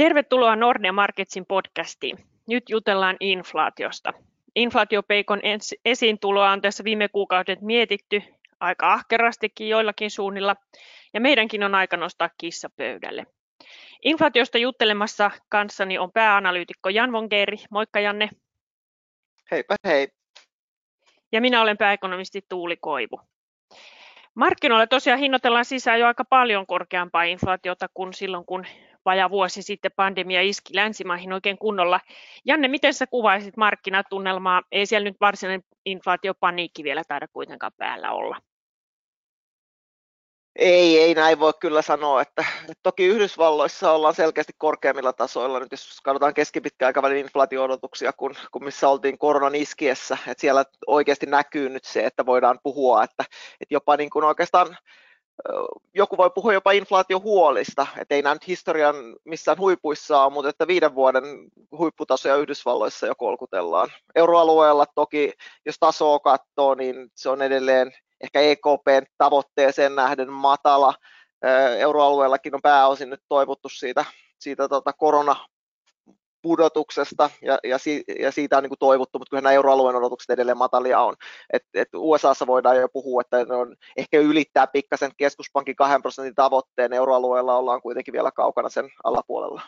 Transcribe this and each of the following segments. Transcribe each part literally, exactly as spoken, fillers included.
Tervetuloa Nordea Marketsin podcastiin. Nyt jutellaan inflaatiosta. Inflaatiopeikon esiintuloa on tässä viime kuukaudet mietitty aika ahkerastikin joillakin suunnilla, ja meidänkin on aika nostaa kissa pöydälle. Inflaatiosta juttelemassa kanssani on pääanalyytikko Jan Wongeri. Moikka Janne. Heipä hei. Ja minä olen pääekonomisti Tuuli Koivu. Markkinoilla tosiaan hinnoitellaan sisään jo aika paljon korkeampaa inflaatiota kuin silloin, kun vajaa vuosi sitten pandemia iski länsimaihin oikein kunnolla. Janne, miten sä kuvaisit markkinatunnelmaa? Ei siellä nyt varsinainen inflaatiopaniikki vielä taida kuitenkaan päällä olla. Ei, ei näin voi kyllä sanoa, että, että toki Yhdysvalloissa ollaan selkeästi korkeammilla tasoilla, nyt jos katsotaan keskipitkän aikavälin inflaatio-odotuksia, kun, kun missä oltiin koronan iskiessä, että siellä oikeasti näkyy nyt se, että voidaan puhua, että, että jopa niin kuin oikeastaan joku voi puhua jopa inflaatiohuolista, että ei nämä nyt historian missään huipuissa ole, mutta että viiden vuoden huipputasoja Yhdysvalloissa jo kolkutellaan. Euroalueella toki, jos tasoa katsoo, niin se on edelleen ehkä E K P:n tavoitteeseen nähden matala. Euroalueellakin on pääosin nyt toivottu siitä, siitä tota koronapudotuksesta ja, ja, si, ja siitä on niin kuin toivottu, mutta kyllä nämä euroalueen odotukset edelleen matalia on. Et, et U S A:ssa voidaan jo puhua, että ne on ehkä ylittää pikkasen keskuspankin kahden prosentin tavoitteen, euroalueella ollaan kuitenkin vielä kaukana sen alapuolella.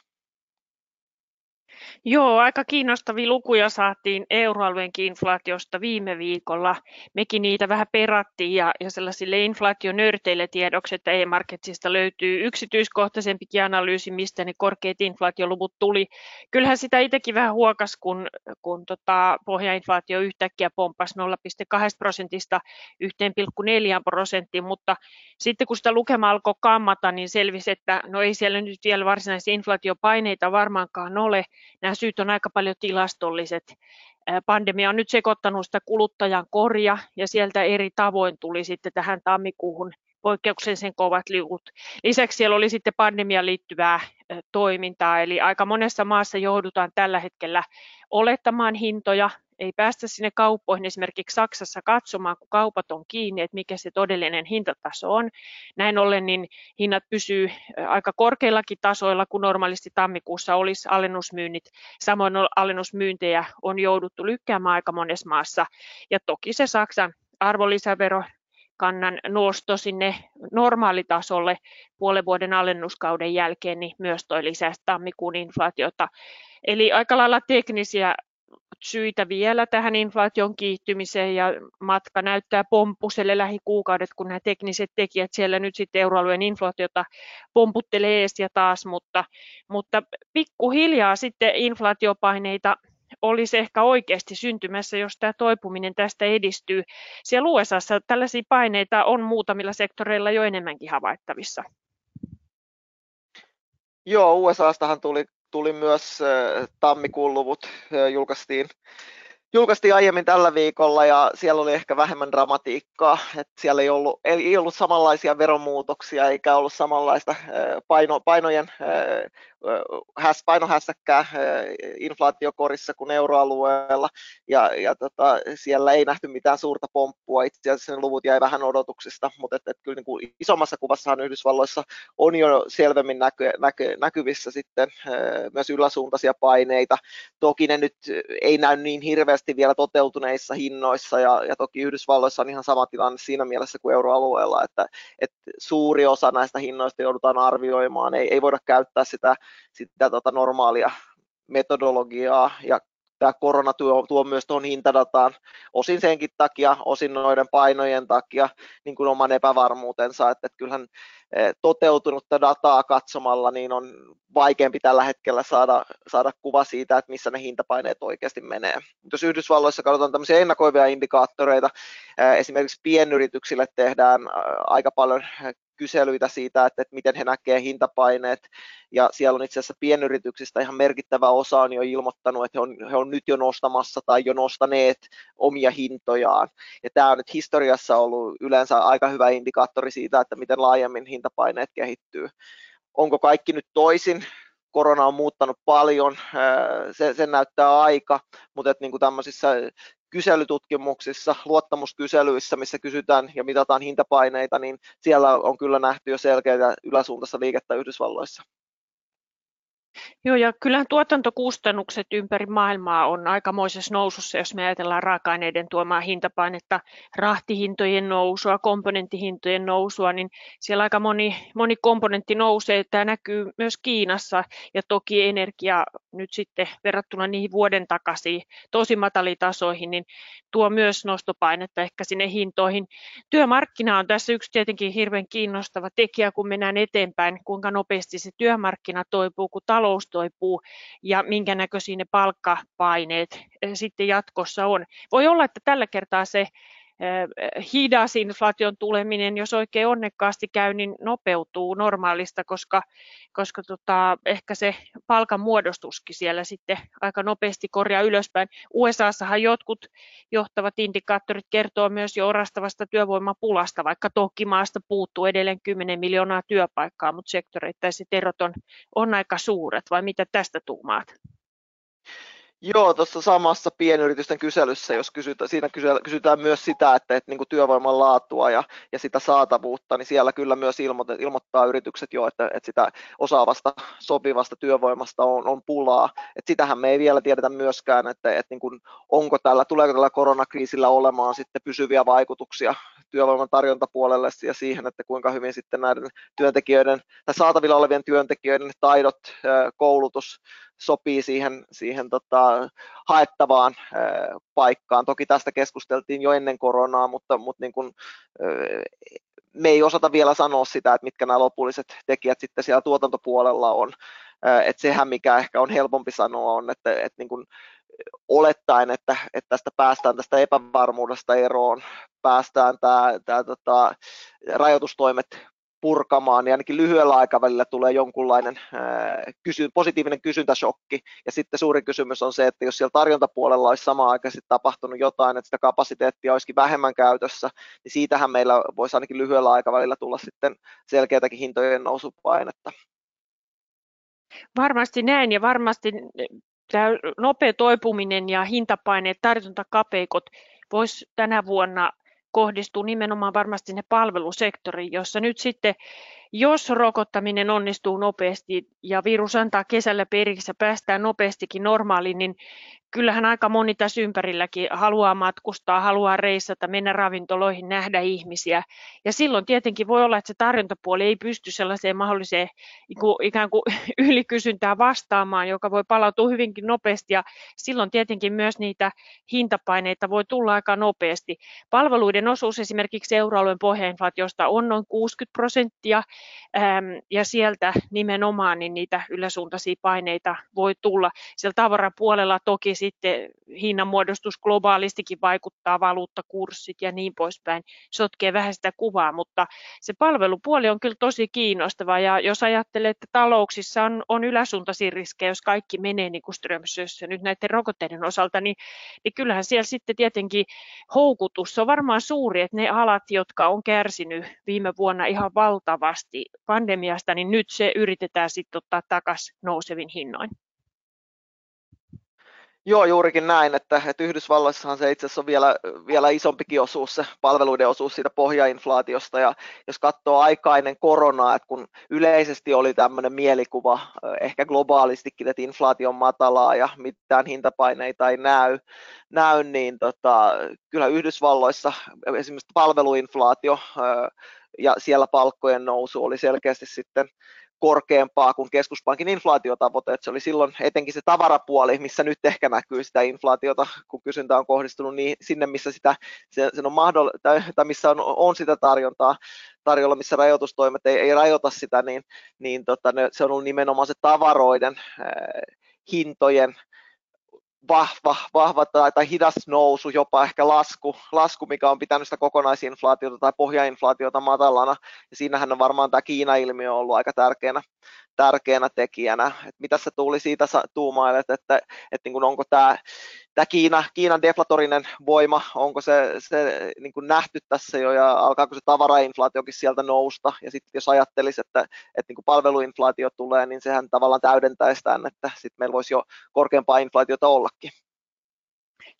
Joo, aika kiinnostavia lukuja saatiin euroalueenkin inflaatiosta viime viikolla. Mekin niitä vähän perattiin ja, ja sellaisille inflaationörteille tiedoksi, että e-marketsista löytyy yksityiskohtaisempikin analyysi, mistä ne korkeat inflaatioluvut tuli. Kyllähän sitä itsekin vähän huokas, kun, kun tota, pohjainflaatio yhtäkkiä pomppasi nolla pilkku kaksi prosentista yksi pilkku neljä prosenttiin, mutta sitten kun sitä lukema alkoi kammata, niin selvisi, että no ei siellä nyt vielä varsinaisia inflaatiopaineita varmaankaan ole. Nämä syyt on aika paljon tilastolliset. Pandemia on nyt sekoittanut sitä kuluttajan koria ja sieltä eri tavoin tuli sitten tähän tammikuuhun poikkeuksellisen kovat liukut. Lisäksi siellä oli sitten pandemiaan liittyvää toimintaa, eli aika monessa maassa joudutaan tällä hetkellä olettamaan hintoja. Ei päästä sinne kauppoihin esimerkiksi Saksassa katsomaan, kun kaupat on kiinni, että mikä se todellinen hintataso on. Näin ollen niin hinnat pysyy aika korkeillakin tasoilla, kun normaalisti tammikuussa olisi alennusmyynnit. Samoin alennusmyyntejä on jouduttu lykkäämään aika monessa maassa. Ja toki se Saksan arvonlisäverokannan nosto sinne normaalitasolle puolen vuoden alennuskauden jälkeen niin myös toi lisäsi tammikuun inflaatiota. Eli aika lailla teknisiä syitä vielä tähän inflaation kiihtymiseen ja matka näyttää pomppuselle lähikuukaudet, kun nämä tekniset tekijät siellä nyt sitten euroalueen inflaatiota pomputtelee ees ja taas, mutta, mutta pikkuhiljaa sitten inflaatiopaineita olisi ehkä oikeasti syntymässä, jos tämä toipuminen tästä edistyy. Siellä U S A:ssa tällaisia paineita on muutamilla sektoreilla jo enemmänkin havaittavissa. Joo, U S A:stahan tuli Tuli myös tammikuun luvut, julkaistiin, julkaistiin aiemmin tällä viikolla ja siellä oli ehkä vähemmän dramatiikkaa, että siellä ei ollut, ei ollut samanlaisia veromuutoksia eikä ollut samanlaista paino, painojen häs, painohässäkkää inflaatiokorissa kuin euroalueella ja, ja tota, siellä ei nähty mitään suurta pomppua, itse asiassa ne luvut jäi vähän odotuksista, mutta et, et kyllä niin kuin isommassa kuvassahan Yhdysvalloissa on jo selvemmin näky, näky, näkyvissä sitten myös yläsuuntaisia paineita. Toki ne nyt ei näy niin hirveästi vielä toteutuneissa hinnoissa ja, ja toki Yhdysvalloissa on ihan sama tilanne siinä mielessä kuin euroalueella, että, että suuri osa näistä hinnoista joudutaan arvioimaan, ei, ei voida käyttää sitä, sitä tota normaalia metodologiaa ja tämä korona tuo, tuo myös tuohon hintadataan osin senkin takia, osin noiden painojen takia niin kuin oman epävarmuutensa, että, että kyllähän toteutunutta dataa katsomalla niin on vaikeampi tällä hetkellä saada, saada kuva siitä, että missä ne hintapaineet oikeasti menee. Jos Yhdysvalloissa katsotaan tämmöisiä ennakoivia indikaattoreita, esimerkiksi pienyrityksille tehdään aika paljon kyselyitä siitä, että, että miten he näkevät hintapaineet, ja siellä on itse asiassa pienyrityksistä ihan merkittävä osa on jo ilmoittanut, että he on, he on nyt jo nostamassa tai jo nostaneet omia hintojaan, ja tämä on nyt historiassa ollut yleensä aika hyvä indikaattori siitä, että miten laajemmin hintapaineet kehittyy. Onko kaikki nyt toisin? Korona on muuttanut paljon, se, sen näyttää aika, mutta että niin kuin tämmöisissä kyselytutkimuksissa, luottamuskyselyissä, missä kysytään ja mitataan hintapaineita, niin siellä on kyllä nähty jo selkeää yläsuuntaista liikettä Yhdysvalloissa. Joo, ja kyllähän tuotantokustannukset ympäri maailmaa on aikamoisessa nousussa, jos me ajatellaan raaka-aineiden tuomaa hintapainetta, rahtihintojen nousua, komponenttihintojen nousua, niin siellä aika moni, moni komponentti nousee. Tämä näkyy myös Kiinassa, ja toki energia nyt sitten verrattuna niihin vuoden takaisiin tosi mataliin tasoihin, niin tuo myös nostopainetta ehkä sinne hintoihin. Työmarkkina on tässä yksi tietenkin hirveän kiinnostava tekijä, kun mennään eteenpäin, kuinka nopeasti se työmarkkina toipuu, kun talous toipuu ja minkä näköisiä ne palkkapaineet sitten jatkossa on. Voi olla, että tällä kertaa se hidas inflaation tuleminen, jos oikein onnekkaasti käy, niin nopeutuu normaalista, koska, koska tota, ehkä se palkan muodostuskin siellä sitten aika nopeasti korjaa ylöspäin. U S A:ssahan jotkut johtavat indikaattorit kertoo myös jo orastavasta työvoimapulasta, vaikka toki maasta puuttuu edelleen kymmenen miljoonaa työpaikkaa, mutta sektoreittaiset erot on, on aika suuret, vai mitä tästä tuumaat? Joo, tuossa samassa pienyritysten kyselyssä, jos kysytään, siinä kysytään myös sitä, että, että niin kuin työvoiman laatua ja, ja sitä saatavuutta, niin siellä kyllä myös ilmoittaa, ilmoittaa yritykset jo, että, että sitä osaavasta, sopivasta työvoimasta on, on pulaa. Et sitähän me ei vielä tiedetä myöskään, että, että niin kuin, onko tällä, tuleeko tällä koronakriisillä olemaan sitten pysyviä vaikutuksia työvoiman tarjontapuolelle ja siihen, että kuinka hyvin sitten näiden työntekijöiden tai saatavilla olevien työntekijöiden taidot, koulutus sopii siihen, siihen tota, haettavaan ää, paikkaan. Toki tästä keskusteltiin jo ennen koronaa, mutta, mutta niin kun, ää, me ei osata vielä sanoa sitä, että mitkä nämä lopulliset tekijät sitten siellä tuotantopuolella on. Ää, et sehän, mikä ehkä on helpompi sanoa, on, että et niin kun, olettaen, että, että tästä päästään tästä epävarmuudesta eroon, päästään tämä, tämä tota, rajoitustoimet purkamaan, niin ainakin lyhyellä aikavälillä tulee jonkunlainen ää, kysy, positiivinen kysyntäshokki. Ja sitten suuri kysymys on se, että jos siellä tarjontapuolella olisi samaan aikaan tapahtunut jotain, että sitä kapasiteettia olisikin vähemmän käytössä, niin siitähän meillä voisi ainakin lyhyellä aikavälillä tulla sitten selkeätäkin hintojen nousupainetta. Varmasti näin, ja varmasti tämä nopea toipuminen ja hintapaineet, tarjontakapeikot voisi tänä vuonna kohdistuu nimenomaan varmasti sinne palvelusektoriin, jossa nyt sitten, jos rokottaminen onnistuu nopeasti ja virus antaa kesällä periksi ja päästään nopeastikin normaaliin, niin kyllähän aika moni tässä ympärilläkin haluaa matkustaa, haluaa reissata, mennä ravintoloihin, nähdä ihmisiä. Ja silloin tietenkin voi olla, että se tarjontapuoli ei pysty sellaiseen mahdolliseen ikään kuin ylikysyntään vastaamaan, joka voi palautua hyvinkin nopeasti. Ja silloin tietenkin myös niitä hintapaineita voi tulla aika nopeasti. Palveluiden osuus esimerkiksi euroalueen pohjainflaatiosta on noin kuusikymmentä prosenttia. Ja sieltä nimenomaan niin niitä yläsuuntaisia paineita voi tulla. Siellä tavarapuolella toki sitten hinnanmuodostus globaalistikin vaikuttaa, valuuttakurssit ja niin poispäin, sotkee vähän sitä kuvaa, mutta se palvelupuoli on kyllä tosi kiinnostava, ja jos ajattelee, että talouksissa on, on yläsuuntaisia riskejä, jos kaikki menee niin kuin Strömsössä nyt näiden rokotteiden osalta, niin, niin kyllähän siellä sitten tietenkin houkutus on varmaan suuri, että ne alat, jotka on kärsinyt viime vuonna ihan valtavasti pandemiasta, niin nyt se yritetään sitten ottaa takaisin nousevin hinnoin. Joo, juurikin näin, että, että Yhdysvalloissahan se itse asiassa on vielä, vielä isompikin osuus, se palveluiden osuus siitä pohjainflaatiosta, ja jos katsoo aikainen koronaa, että kun yleisesti oli tämmöinen mielikuva, ehkä globaalistikin, että inflaatio on matalaa ja mitään hintapaineita ei näy, näy niin tota, kyllä Yhdysvalloissa esimerkiksi palveluinflaatio ja siellä palkkojen nousu oli selkeästi sitten korkeampaa kuin keskuspankin inflaatiotavoite, että se oli silloin etenkin se tavarapuoli, missä nyt ehkä näkyy sitä inflaatiota, kun kysyntä on kohdistunut niin sinne, missä sitä se, se on mahdoll- tai, tai missä on, on sitä tarjontaa tarjolla, missä rajoitustoimet ei, ei rajoita sitä, niin, niin tota, ne, se on ollut nimenomaan se tavaroiden äh, hintojen vahva, vahva tai, tai hidas nousu, jopa ehkä lasku, lasku, mikä on pitänyt sitä kokonaisinflaatiota tai pohjainflaatiota matalana. Ja siinähän on varmaan tämä Kiina-ilmiö ollut aika tärkeänä, tärkeänä tekijänä. Et mitä se tuli siitä tuumailet, että, että, että niin kuin onko tämä, tämä Kiina, Kiinan deflatorinen voima, onko se, se niin kuin nähty tässä jo ja alkaako se tavarainflaatiokin sieltä nousta. Ja sitten jos ajattelisi, että, että niin kuin palveluinflaatio tulee, niin sehän tavallaan täydentäisi tämän, että sitten meillä voisi jo korkeampaa inflaatiota ollakin.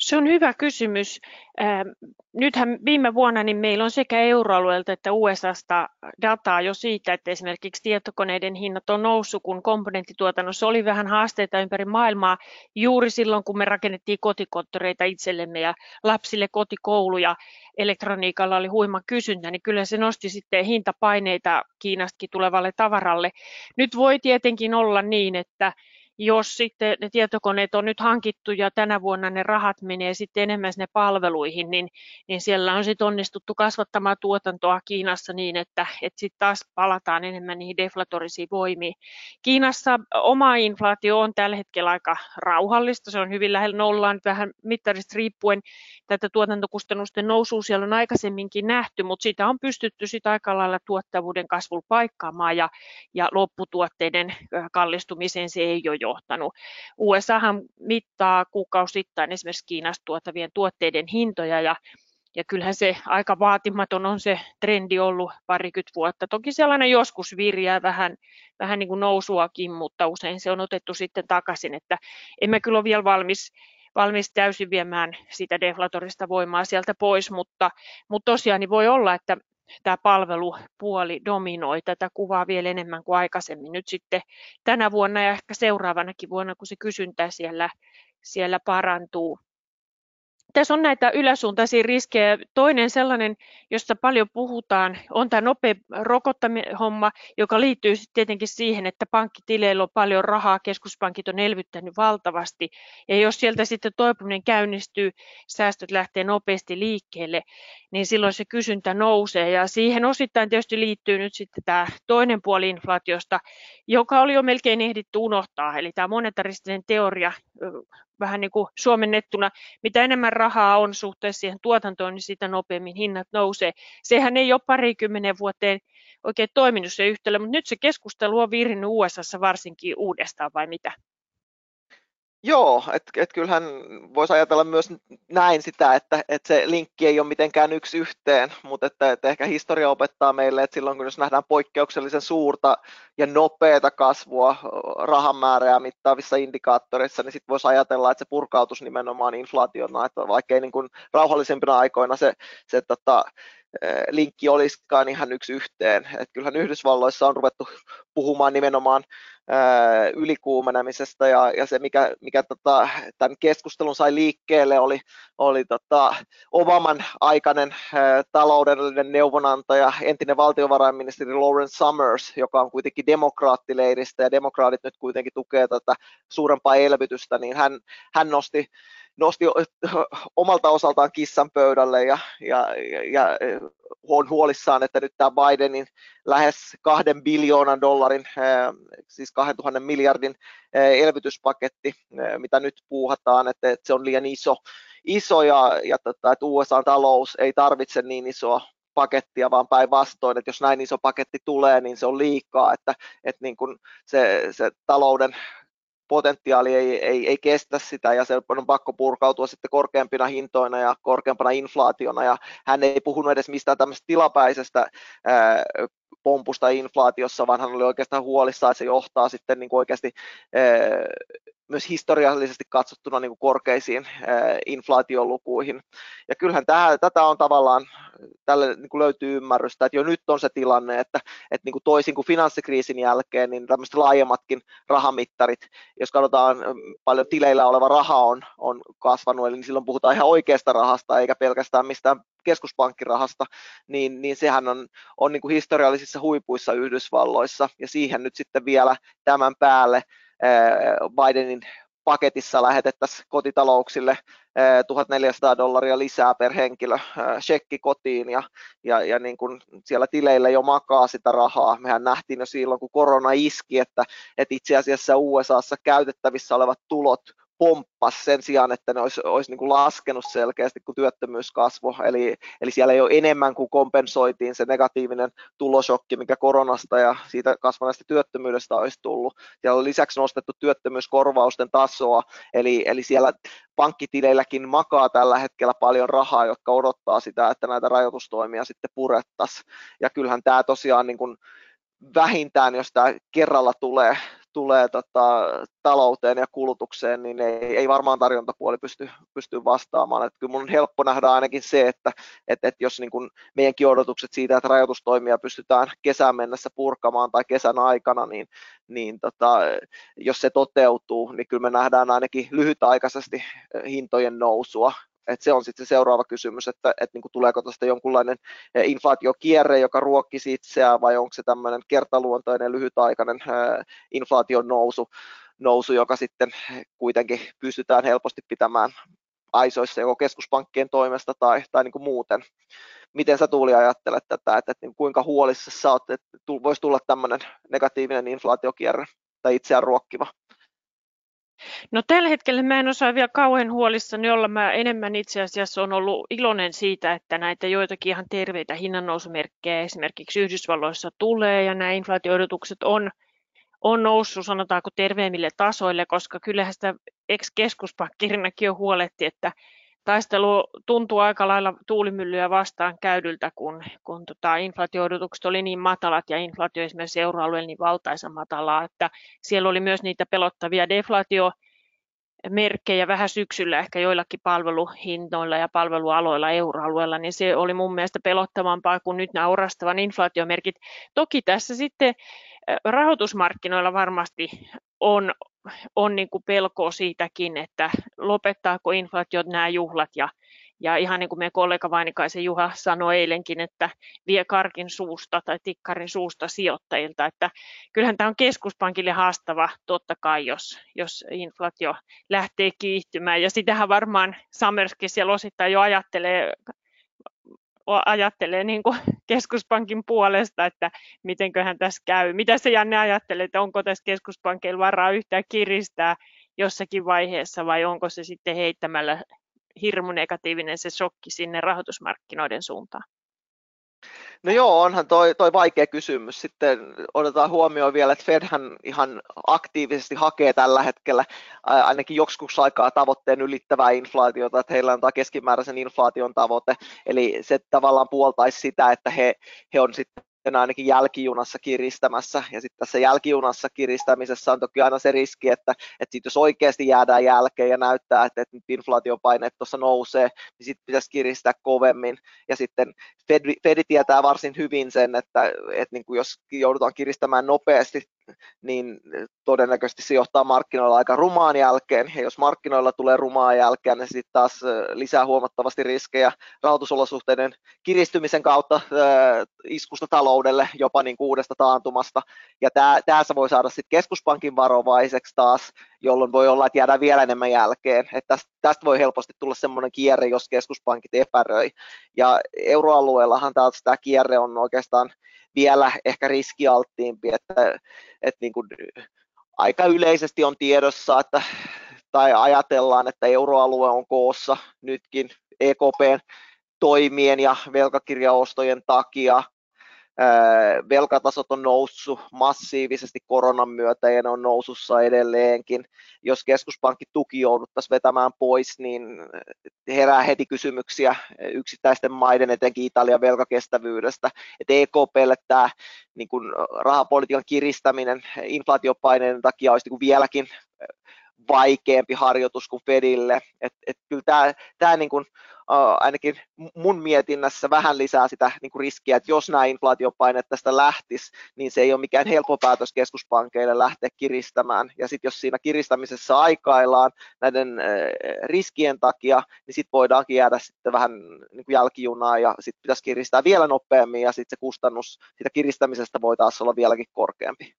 Se on hyvä kysymys. Ähm, Nythän viime vuonna niin meillä on sekä euroalueelta että U S A:sta dataa jo siitä, että esimerkiksi tietokoneiden hinnat on noussut, kun komponenttituotannossa oli vähän haasteita ympäri maailmaa juuri silloin, kun me rakennettiin kotikonttoreita itsellemme ja lapsille kotikouluja. Elektroniikalla oli huima kysyntä, niin kyllä se nosti sitten hintapaineita Kiinastakin tulevalle tavaralle. Nyt voi tietenkin olla niin, että jos sitten ne tietokoneet on nyt hankittu ja tänä vuonna ne rahat menee sitten enemmän sinne palveluihin, niin, niin siellä on sitten onnistuttu kasvattamaan tuotantoa Kiinassa niin, että, että sitten taas palataan enemmän niihin deflatorisiin voimiin. Kiinassa oma inflaatio on tällä hetkellä aika rauhallista, se on hyvin lähellä nollaan vähän mittarista riippuen. Tätä tuotantokustannusten nousua siellä on aikaisemminkin nähty, mutta sitä on pystytty sitten aika lailla tuottavuuden kasvulla paikkaamaan ja, ja lopputuotteiden kallistumiseen se ei ole johtanut. U S Ahan mittaa kuukausittain esimerkiksi Kiinasta tuotavien tuotteiden hintoja ja, ja kyllähän se aika vaatimaton on se trendi ollut parikymmentä vuotta. Toki sellainen joskus virjää vähän, vähän niin kuin nousuakin, mutta usein se on otettu sitten takaisin, että emme kyllä ole vielä valmis valmis täysin viemään sitä deflatorista voimaa sieltä pois, mutta, mutta tosiaan niin voi olla, että tämä palvelupuoli dominoi tätä kuvaa vielä enemmän kuin aikaisemmin nyt sitten tänä vuonna ja ehkä seuraavanakin vuonna, kun se kysyntä siellä, siellä parantuu. Tässä on näitä yläsuuntaisia riskejä. Toinen sellainen, josta paljon puhutaan, on tämä nopea rokottamihomma, joka liittyy tietenkin siihen, että pankkitileillä on paljon rahaa, keskuspankit on elvyttänyt valtavasti. Ja jos sieltä sitten toipuminen käynnistyy, säästöt lähtee nopeasti liikkeelle, niin silloin se kysyntä nousee. Ja siihen osittain tietysti liittyy nyt sitten tämä toinen puoli inflaatiosta, joka oli jo melkein ehditty unohtaa. Eli tämä monetaristinen teoria, vähän niin kuin suomennettuna, mitä enemmän rahaa on suhteessa siihen tuotantoon, niin sitä nopeammin hinnat nousee. Sehän ei ole parikymmenen vuoteen oikein toiminut se yhtälö, mutta nyt se keskustelu on virrinnyt U S A:ssa varsinkin uudestaan, vai mitä? Joo, että et kyllähän voisi ajatella myös näin sitä, että et se linkki ei ole mitenkään yksi yhteen, mutta että, että ehkä historia opettaa meille, että silloin kun jos nähdään poikkeuksellisen suurta ja nopeata kasvua rahan määrää mittaavissa indikaattoreissa, niin sitten voisi ajatella, että se purkautus nimenomaan inflaationa, että vaikkei niin kuin rauhallisempina aikoina se, se tota, linkki olisikaan ihan yksi yhteen. Et kyllähän Yhdysvalloissa on ruvettu puhumaan nimenomaan ää, ylikuumenemisesta ja, ja se mikä, mikä tota, tämän keskustelun sai liikkeelle oli, oli tota, Obaman aikainen ää, taloudellinen neuvonantaja, entinen valtiovarainministeri Lawrence Summers, joka on kuitenkin demokraattileiristä ja demokraatit nyt kuitenkin tukee tätä suurempaa elvytystä, niin hän, hän nosti nosti omalta osaltaan kissan pöydälle ja, ja, ja on huolissaan, että nyt tämä Bidenin lähes kahden biljoonan dollarin, siis kahdentuhannen miljardin elvytyspaketti, mitä nyt puuhataan, että, että se on liian iso, iso ja, ja tota, että U S A-talous ei tarvitse niin isoa pakettia, vaan päinvastoin, että jos näin iso paketti tulee, niin se on liikaa, että, että niin kuin se, se talouden potentiaali ei, ei, ei kestä sitä ja se on pakko purkautua sitten korkeampina hintoina ja korkeampana inflaationa ja hän ei puhunut edes mistään tämmöisestä tilapäisestä ää, pompusta inflaatiossa, vaan hän oli oikeastaan huolissaan, että se johtaa sitten niin kuin oikeasti ää, myös historiallisesti katsottuna niin kuin korkeisiin ää, inflaatiolukuihin. Ja kyllähän tämä, tätä on tavallaan, tälle niin kuin löytyy ymmärrystä, että jo nyt on se tilanne, että, että niin kuin toisin kuin finanssikriisin jälkeen, niin tämmöiset laajemmatkin rahamittarit, jos katsotaan paljon tileillä oleva raha on, on kasvanut, eli niin silloin puhutaan ihan oikeasta rahasta, eikä pelkästään mistään keskuspankkirahasta, niin, niin sehän on, on niin kuin historiallisissa huipuissa Yhdysvalloissa, ja siihen nyt sitten vielä tämän päälle Bidenin paketissa lähetettäisiin kotitalouksille tuhatneljäsataa dollaria lisää per henkilö shekki kotiin ja, ja, ja niin kuin siellä tileillä jo makaa sitä rahaa. Mehän nähtiin jo silloin, kun korona iski, että, että itse asiassa U S A:ssa käytettävissä olevat tulot pomppas sen sijaan, että ne olisi, olisi niin kuin laskenut selkeästi, kun työttömyys kasvoi. Eli, eli siellä jo enemmän kuin kompensoitiin se negatiivinen tulosokki, mikä koronasta ja siitä kasvaneesta työttömyydestä olisi tullut. Siellä on lisäksi nostettu työttömyyskorvausten tasoa, eli, eli siellä pankkitileilläkin makaa tällä hetkellä paljon rahaa, jotka odottaa sitä, että näitä rajoitustoimia sitten purettaisiin. Ja kyllähän tämä tosiaan niin kuin vähintään, jos tämä kerralla tulee, tulee tota, talouteen ja kulutukseen, niin ei, ei varmaan tarjontapuoli pysty, pysty vastaamaan. Et kyllä mun on helppo nähdä ainakin se, että et, et jos niin kun meidänkin odotukset siitä, että rajoitustoimia pystytään kesään mennessä purkamaan tai kesän aikana, niin, niin tota, jos se toteutuu, niin kyllä me nähdään ainakin lyhytaikaisesti hintojen nousua. Et se on sitten se seuraava kysymys, että et niinku tuleeko tästä jonkunlainen inflaatiokierre, joka ruokkisi itseään, vai onko se tämmöinen kertaluontoinen lyhytaikainen ää, inflaation nousu, nousu, joka sitten kuitenkin pystytään helposti pitämään aisoissa joko keskuspankkien toimesta tai, tai niinku muuten. Miten sä Tuuli ajattelet tätä, että, että kuinka huolissa sä oot, että voisi tulla tämmöinen negatiivinen inflaatiokierre tai itseään ruokkiva? No tällä hetkellä mä en osaa vielä kauhean huolissani olla. Mä enemmän itse asiassa on ollut iloinen siitä, että näitä joitakin ihan terveitä hinnannousumerkkejä esimerkiksi Yhdysvalloissa tulee ja nämä inflaatio-odotukset on, on noussut sanotaanko terveemmille tasoille, koska kyllähän sitä ex-keskuspankkirinakin jo huoletti, että taistelu tuntuu aika lailla tuulimyllyä vastaan käydyltä, kun, kun tota inflaatio-odotukset oli niin matalat ja inflaatio esimerkiksi euroalueella niin valtaisan matalaa, että siellä oli myös niitä pelottavia deflaatiomerkkejä vähän syksyllä ehkä joillakin palveluhinnoilla ja palvelualoilla euroalueella, niin se oli mun mielestä pelottavampaa kuin nyt nämä orastavan inflaatiomerkit. Toki tässä sitten rahoitusmarkkinoilla varmasti on on niin kuin pelkoa siitäkin, että lopettaako inflaatiot nämä juhlat ja, ja ihan niin kuin meidän kollega Vainikaisen Juha sanoi eilenkin, että vie karkin suusta tai tikkarin suusta sijoittajilta, että kyllähän tämä on keskuspankille haastava totta kai, jos, jos inflaatio lähtee kiihtymään ja sitähän varmaan Summerskin siellä osittain jo ajattelee ajattelee niin kuin keskuspankin puolesta, että mitenköhän tässä käy. Mitä se Janne ajattelee, että onko tässä keskuspankilla varaa yhtään kiristää jossakin vaiheessa vai onko se sitten heittämällä hirmu negatiivinen se shokki sinne rahoitusmarkkinoiden suuntaan? No joo, onhan toi, toi vaikea kysymys. Sitten otetaan huomioon vielä, että Fedhän ihan aktiivisesti hakee tällä hetkellä ainakin joskus aikaa tavoitteen ylittävää inflaatiota, että heillä on tämä keskimääräisen inflaation tavoite, eli se tavallaan puoltaisi sitä, että he, he on sitten ainakin jälkijunassa kiristämässä, ja sitten tässä jälkijunassa kiristämisessä on toki aina se riski, että, että sit jos oikeasti jäädään jälkeen ja näyttää, että, että nyt inflaatiopaineet tuossa nousee, niin sitten pitäisi kiristää kovemmin, ja sitten Fed, Fed tietää varsin hyvin sen, että, että niin kuin jos joudutaan kiristämään nopeasti, niin todennäköisesti se johtaa markkinoilla aika rumaan jälkeen, ja jos markkinoilla tulee rumaan jälkeen, niin sitten taas lisää huomattavasti riskejä rahoitusolosuhteiden kiristymisen kautta äh, iskusta taloudelle, jopa niin kuin uudesta taantumasta, ja tämä voi saada sitten keskuspankin varovaiseksi taas, jolloin voi olla, että jäädään vielä enemmän jälkeen, että tästä, tästä voi helposti tulla semmoinen kierre, jos keskuspankit epäröi, ja euroalueellahan taas tämä kierre on oikeastaan vielä ehkä riskialttiimpi, että, että niin kuin aika yleisesti on tiedossa, että, tai ajatellaan, että euroalue on koossa nytkin E K P:n toimien ja velkakirjaostojen takia. Velkatasot on noussut massiivisesti koronan myötä ja ne on nousussa edelleenkin. Jos keskuspankki tuki jouduttaisiin vetämään pois, niin herää heti kysymyksiä yksittäisten maiden, etenkin Italian velkakestävyydestä. Et E K P:lle tämä niin kun rahapolitiikan kiristäminen inflaatiopaineiden takia olisi niin kun vieläkin vaikeampi harjoitus kuin Fedille. Et, et kyllä tämä, tämä niin kuin, uh, ainakin mun mietinnässä vähän lisää sitä niin kuin riskiä, että jos nämä inflaatiopaineet tästä lähtisi, niin se ei ole mikään helppo päätös keskuspankeille lähteä kiristämään. Ja sitten jos siinä kiristämisessä aikaillaan näiden uh, riskien takia, niin sitten voidaankin jäädä sitten vähän niin kuin jälkijunaan ja sitten pitäisi kiristää vielä nopeammin ja sitten se kustannus siitä kiristämisestä voi taas olla vieläkin korkeampi.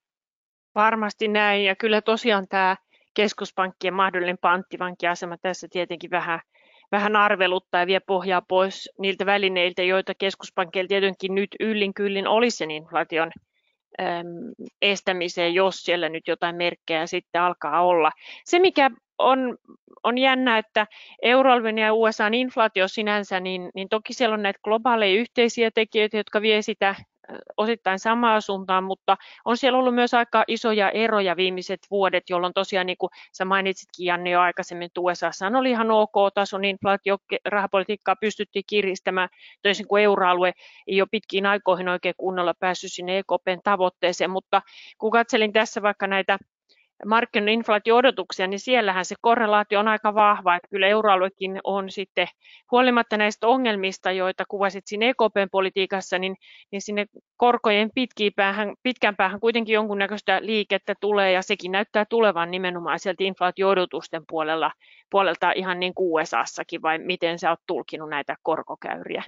Varmasti näin ja kyllä tosiaan tämä keskuspankkien mahdollinen panttivankiasema tässä tietenkin vähän, vähän arveluttaa ja vie pohjaa pois niiltä välineiltä, joita keskuspankkeilla tietenkin nyt yllin kyllin olisi sen inflaation äm, estämiseen, jos siellä nyt jotain merkkejä sitten alkaa olla. Se mikä on, on jännä, että euroalueen ja U S A:n inflaatio sinänsä, niin, niin toki siellä on näitä globaaleja yhteisiä tekijöitä, jotka vie sitä osittain samaan suuntaan, mutta on siellä ollut myös aika isoja eroja viimeiset vuodet, jolloin tosiaan, niin kuin sä mainitsitkin Janne jo aikaisemmin, että U S A:ssa oli ihan ok-tason inflaatio, rahapolitiikkaa pystyttiin kiristämään, toisin kuin euroalue ei ole pitkiin aikoihin oikein kunnolla päässyt sinne E K P:n tavoitteeseen, mutta kun katselin tässä vaikka näitä markkinoiden inflaatio-odotuksia, niin siellähän se korrelaatio on aika vahva, että kyllä euroaluekin on sitten huolimatta näistä ongelmista, joita kuvasit siinä E K P:n politiikassa, niin, niin sinne korkojen päähän, pitkän päähän kuitenkin jonkunnäköistä liikettä tulee, ja sekin näyttää tulevan nimenomaan sieltä inflaatio-odotusten puolella, puolelta ihan niin kuin U S A:ssakin, vai miten sä oot tulkinut näitä korkokäyriä?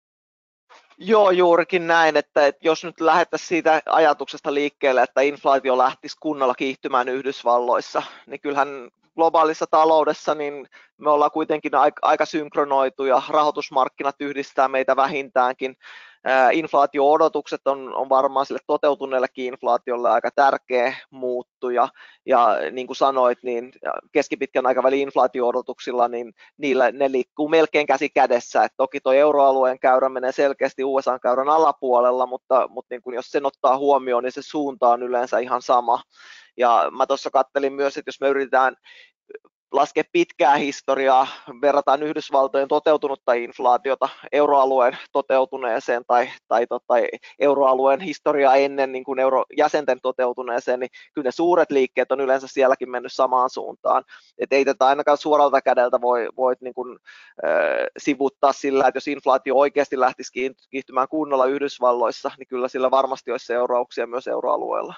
Joo, juurikin näin, että, että jos nyt lähdettäisiin siitä ajatuksesta liikkeelle, että inflaatio lähtisi kunnolla kiihtymään Yhdysvalloissa, niin kyllähän globaalissa taloudessa niin me ollaan kuitenkin aika, aika synkronoituja, rahoitusmarkkinat yhdistää meitä vähintäänkin. Ää, inflaatio-odotukset on, on varmaan sille toteutuneellekin inflaatiolle aika tärkeä muuttuja, ja niin kuin sanoit, niin keskipitkän aikavälin inflaatio-odotuksilla niin niillä, ne liikkuu melkein käsi kädessä, että toki tuo euroalueen käyrä menee selkeästi U S A-käyrän alapuolella, mutta, mutta niin kuin jos sen ottaa huomioon, niin se suunta on yleensä ihan sama. Ja mä tuossa kattelin myös, että jos me yritetään laskea pitkää historiaa, verrataan Yhdysvaltojen toteutunutta inflaatiota euroalueen toteutuneeseen tai, tai tota, euroalueen historiaa ennen niin kuin eurojäsenten toteutuneeseen, niin kyllä ne suuret liikkeet on yleensä sielläkin mennyt samaan suuntaan. Et ei tätä ainakaan suoralta kädeltä voi, voi niin kuin, äh, sivuttaa sillä, että jos inflaatio oikeasti lähtisi kiihtymään kunnolla Yhdysvalloissa, niin kyllä sillä varmasti olisi seurauksia myös euroalueella.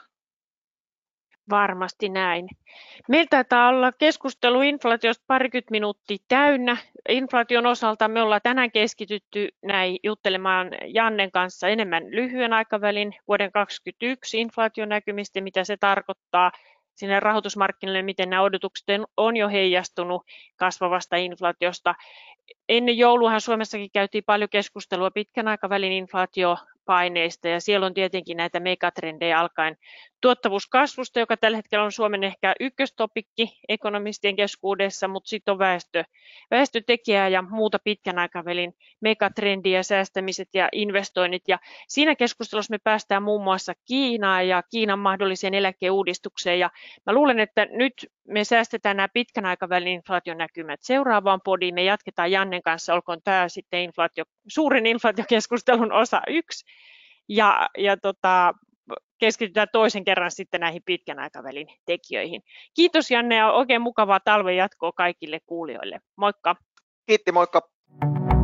Varmasti näin. Meillä taitaa olla keskustelu inflaatiosta parikymmentä minuuttia täynnä. Inflaation osalta me ollaan tänään keskitytty näin juttelemaan Jannen kanssa enemmän lyhyen aikavälin vuoden kaksituhattakaksikymmentäyksi inflaationäkymistä, mitä se tarkoittaa sinne rahoitusmarkkinoille, miten nämä odotukset on jo heijastunut kasvavasta inflaatiosta. Ennen jouluahan Suomessakin käytiin paljon keskustelua pitkän aikavälin inflaatiopaineista, ja siellä on tietenkin näitä megatrendejä alkaen tuottavuuskasvusta, joka tällä hetkellä on Suomen ehkä ykköstopikki ekonomistien keskuudessa, mutta sitten on väestö, väestötekijää ja muuta pitkän aikavälin megatrendiä, säästämiset ja investoinnit. Ja siinä keskustelussa me päästään muun muassa Kiinaan ja Kiinan mahdolliseen eläkeuudistukseen. Ja mä luulen, että nyt me säästetään nämä pitkän aikavälin inflaationäkymät seuraavaan podiin. Me jatketaan Jannen kanssa, olkoon tämä sitten inflaatio, suurin inflaatiokeskustelun osa yksi. Ja, ja tota, keskitytään toisen kerran sitten näihin pitkän aikavälin tekijöihin. Kiitos Janne ja oikein mukavaa talven jatkoa kaikille kuulijoille. Moikka! Kiitti, moikka!